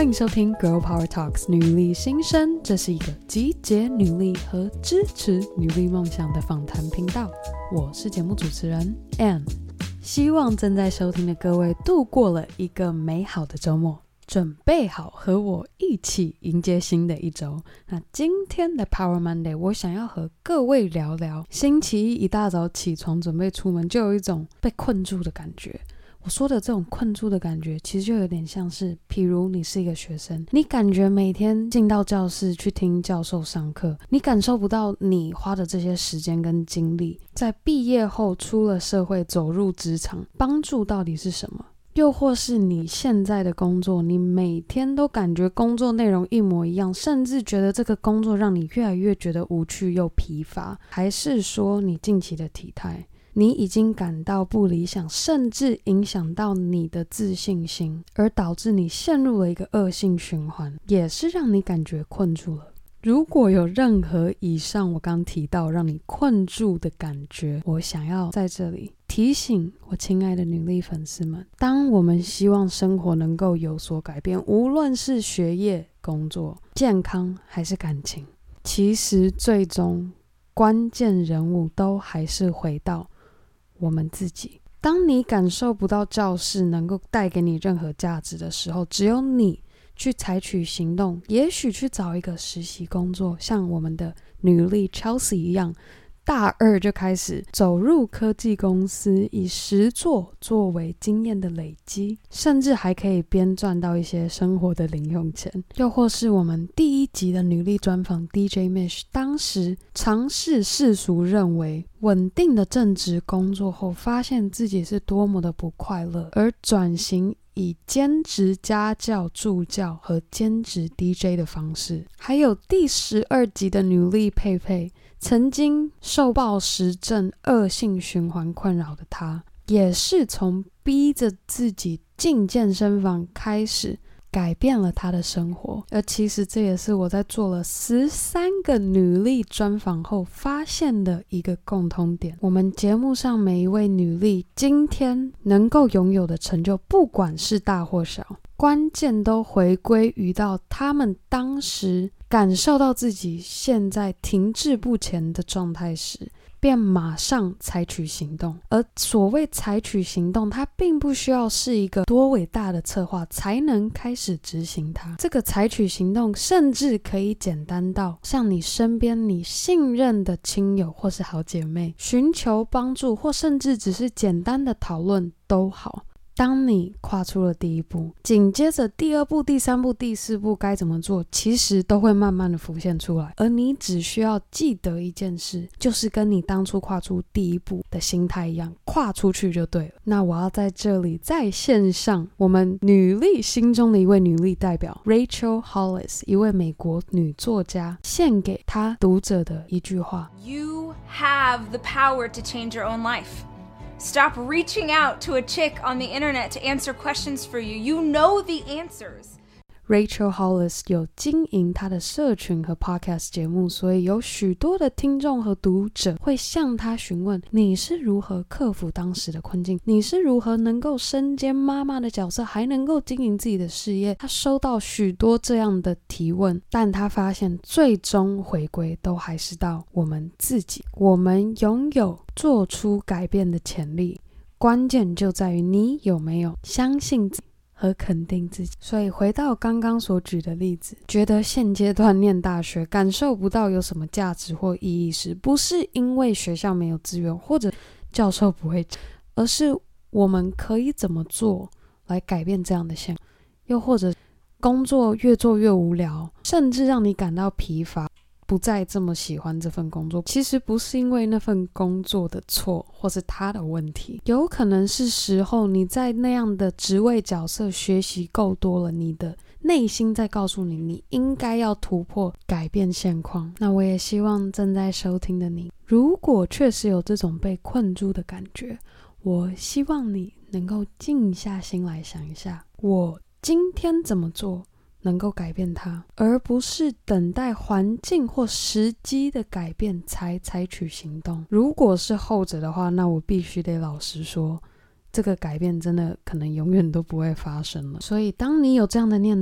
迎收听 Girl Power Talks 女力新生，这是一个集结女力和支持女力梦想的访谈频道。我是节目主持人 Anne， 希望正在收听的各位度过了一个美好的周末，准备好和我一起迎接新的一周。那今天的 Power Monday， 我想要和各位聊聊星期一一大早起床准备出门就有一种被困住的感觉。我说的这种困住的感觉其实就有点像是，譬如你是一个学生，你感觉每天进到教室去听教授上课，你感受不到你花的这些时间跟精力在毕业后出了社会走入职场帮助到底是什么。又或是你现在的工作，你每天都感觉工作内容一模一样，甚至觉得这个工作让你越来越觉得无趣又疲乏。还是说你近期的体态，你已经感到不理想，甚至影响到你的自信心，而导致你陷入了一个恶性循环，也是让你感觉困住了。如果有任何以上我刚提到让你困住的感觉，我想要在这里提醒我亲爱的女力粉丝们，当我们希望生活能够有所改变，无论是学业、工作、健康还是感情，其实最终关键人物都还是回到我们自己。当你感受不到教室能够带给你任何价值的时候，只有你去采取行动，也许去找一个实习工作，像我们的女力 Chelsea 一样，大二就开始走入科技公司，以实作作为经验的累积，甚至还可以边赚到一些生活的零用钱。又或是我们第一集的女力专访 DJ Mish， 当时尝试世俗认为稳定的正职工作后，发现自己是多么的不快乐，而转型以兼职家教、助教和兼职 DJ 的方式。还有第12集的女力佩佩，曾经受暴食症恶性循环困扰的她，也是从逼着自己进健身房开始改变了她的生活。而其实这也是我在做了13个女力专访后发现的一个共通点。我们节目上每一位女力今天能够拥有的成就，不管是大或小，关键都回归于到她们当时感受到自己现在停滞不前的状态时，便马上采取行动。而所谓采取行动，它并不需要是一个多伟大的策划才能开始执行它。这个采取行动甚至可以简单到向你身边你信任的亲友或是好姐妹寻求帮助，或甚至只是简单的讨论都好。当你跨出了第一步，紧接着第2步、第3步、第4步该怎么做，其实都会慢慢的浮现出来。而你只需要记得一件事，就是跟你当初跨出第一步的心态一样，跨出去就对了。那我要在这里在线上我们女力心中的一位女力代表 Rachel Hollis， 一位美国女作家，献给她读者的一句话： You have the power to change your own life.Stop reaching out to a chick on the internet to answer questions for you. You know the answers. Rachel Hollis 有经营她的社群和 podcast 节目，所以有许多的听众和读者会向她询问，你是如何克服当时的困境，你是如何能够身兼妈妈的角色还能够经营自己的事业。她收到许多这样的提问，但她发现最终回归都还是到我们自己。我们拥有做出改变的潜力，关键就在于你有没有相信自己和肯定自己。所以回到刚刚所举的例子，觉得现阶段念大学感受不到有什么价值或意义时，不是因为学校没有资源或者教授不会，而是我们可以怎么做来改变这样的现状。又或者工作越做越无聊，甚至让你感到疲乏，不再这么喜欢这份工作，其实不是因为那份工作的错或是他的问题，有可能是时候你在那样的职位角色学习够多了，你的内心在告诉你，你应该要突破改变现况。那我也希望正在收听的你，如果确实有这种被困住的感觉，我希望你能够静下心来想一下，我今天怎么做能够改变它，而不是等待环境或时机的改变才采取行动。如果是后者的话，那我必须得老实说，这个改变真的可能永远都不会发生了。所以当你有这样的念头，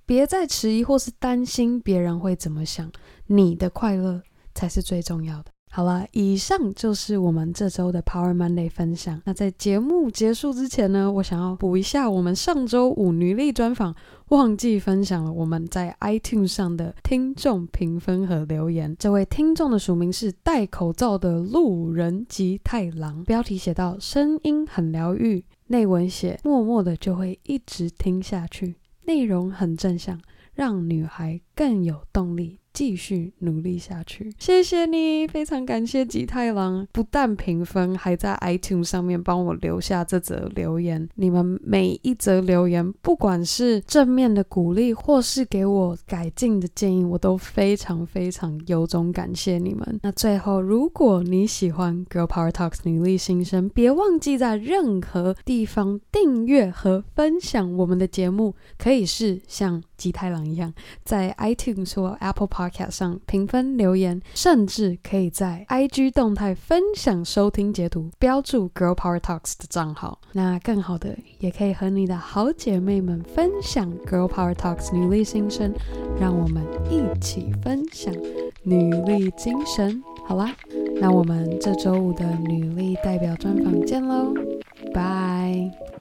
别再迟疑或是担心别人会怎么想，你的快乐才是最重要的。好了，以上就是我们这周的 Power Monday 分享。那在节目结束之前呢，我想要补一下我们上周5女力专访忘记分享了我们在 iTunes 上的听众评分和留言。这位听众的署名是戴口罩的路人吉太郎，标题写到声音很疗愈，内文写默默的就会一直听下去，内容很正向，让女孩更有动力继续努力下去。谢谢你，非常感谢吉太郎，不但评分，还在 iTunes 上面帮我留下这则留言。你们每一则留言，不管是正面的鼓励或是给我改进的建议，我都非常非常由衷感谢你们。那最后，如果你喜欢 Girl Power Talks 女力新生，别忘记在任何地方订阅和分享我们的节目，可以是像吉太郎一样在 iTunes 或 Apple Podcast 上评分留言，甚至可以在 IG 动态分享收听截图，标注 Girl Power Talks 的账号。那更好的，也可以和你的好姐妹们分享 Girl Power Talks 女力新生，让我们一起分享女力精神。好啦，那我们这周5的女力代表专访见咯，拜。